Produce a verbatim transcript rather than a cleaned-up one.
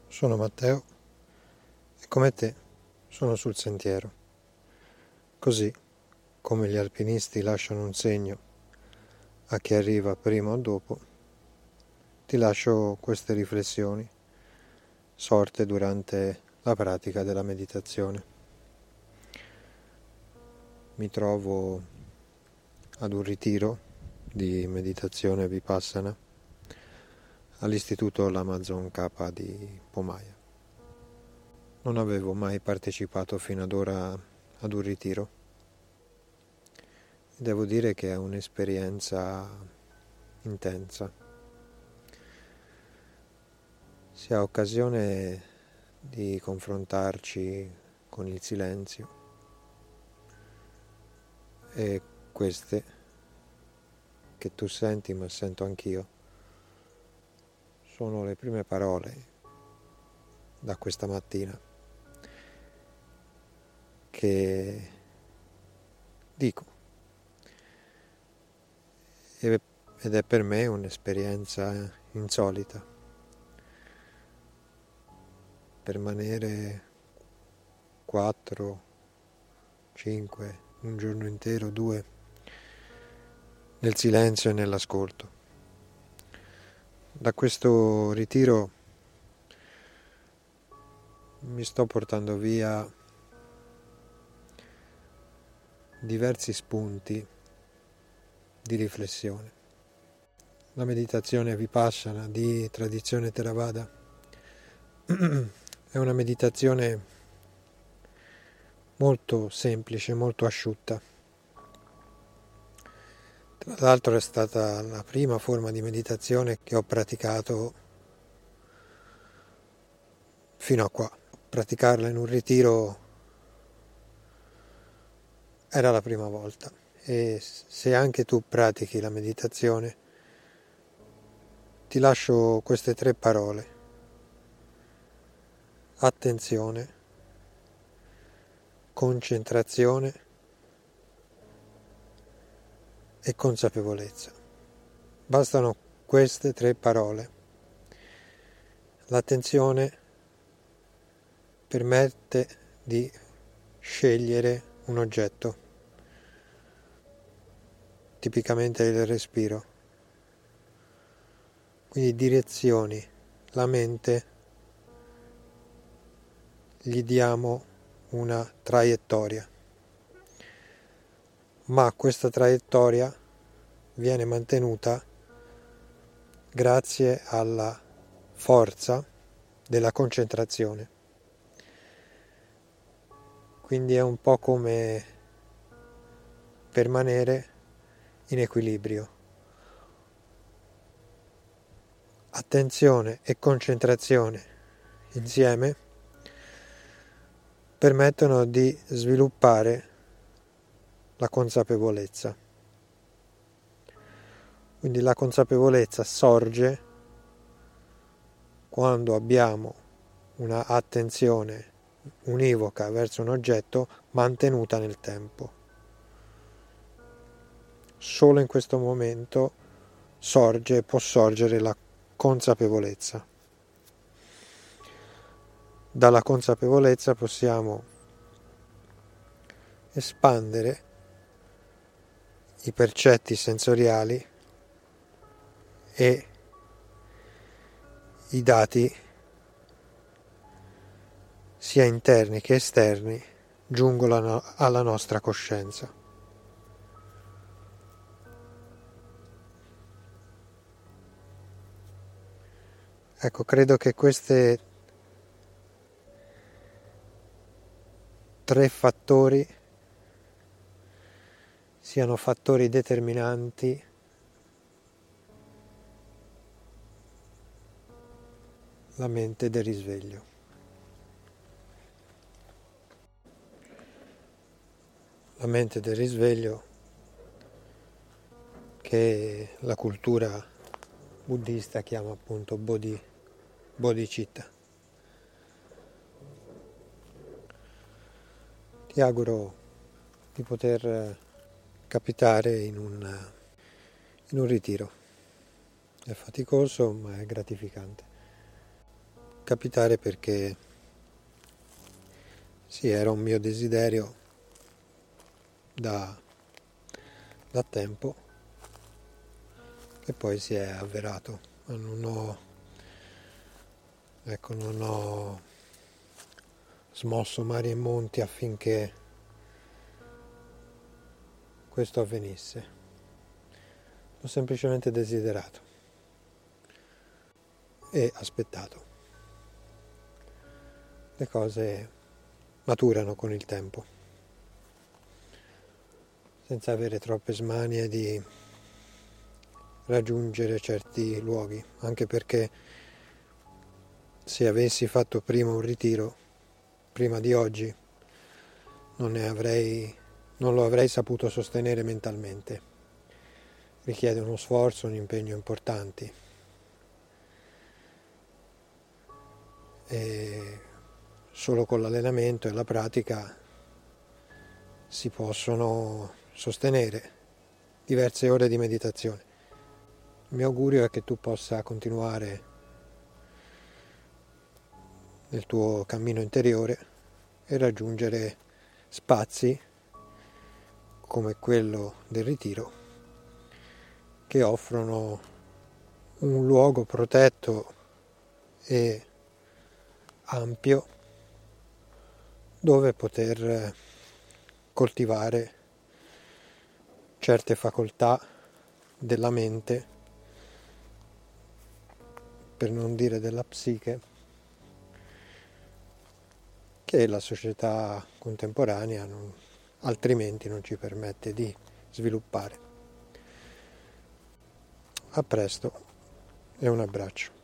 Sono Matteo e come te sono sul sentiero. Così, come gli alpinisti lasciano un segno a chi arriva prima o dopo, ti lascio queste riflessioni sorte durante la pratica della meditazione. Mi trovo ad un ritiro di meditazione Vipassana all'Istituto L'Amazon K di Pomaia. Non avevo mai partecipato fino ad ora ad un ritiro. Devo dire che è un'esperienza intensa. Si ha occasione di confrontarci con il silenzio e queste che tu senti ma sento anch'io sono le prime parole da questa mattina che dico ed è per me un'esperienza insolita. Permanere quattro, cinque, un giorno intero, due, nel silenzio e nell'ascolto. Da questo ritiro mi sto portando via diversi spunti di riflessione. La meditazione Vipassana di tradizione Theravada è una meditazione molto semplice, molto asciutta. Tra l'altro è stata la prima forma di meditazione che ho praticato fino a qua. Praticarla in un ritiro era la prima volta. E se anche tu pratichi la meditazione, ti lascio queste tre parole. Attenzione, concentrazione e consapevolezza. Bastano queste tre parole. L'attenzione permette di scegliere un oggetto, tipicamente il respiro. Quindi direzioni la mente, gli diamo una traiettoria, ma questa traiettoria viene mantenuta grazie alla forza della concentrazione. Quindi è un po' come permanere in equilibrio. Attenzione e concentrazione insieme permettono di sviluppare la consapevolezza. Quindi la consapevolezza sorge quando abbiamo una attenzione univoca verso un oggetto mantenuta nel tempo. Solo in questo momento sorge, può sorgere la consapevolezza. Dalla consapevolezza possiamo espandere i percetti sensoriali e i dati sia interni che esterni giungono alla nostra coscienza. Ecco, credo che queste tre fattori siano fattori determinanti la mente del risveglio. La mente del risveglio che la cultura buddista chiama appunto Bodhi, Bodhicitta. Ti auguro di poter capitare in un, in un ritiro. È faticoso ma è gratificante. capitare perché sì, era un mio desiderio da, da tempo che poi si è avverato, ma non ho, ecco, non ho smosso mari e monti affinché questo avvenisse. L'ho semplicemente desiderato e aspettato. Le cose maturano con il tempo, senza avere troppe smanie di raggiungere certi luoghi, anche perché se avessi fatto prima un ritiro, prima di oggi, non ne avrei, non lo avrei saputo sostenere mentalmente. Richiede uno sforzo, un impegno importanti. E solo con l'allenamento e la pratica si possono sostenere diverse ore di meditazione. Il mio augurio è che tu possa continuare nel tuo cammino interiore e raggiungere spazi come quello del ritiro che offrono un luogo protetto e ampio dove poter coltivare certe facoltà della mente, per non dire della psiche, che la società contemporanea non, altrimenti non ci permette di sviluppare. A presto e un abbraccio.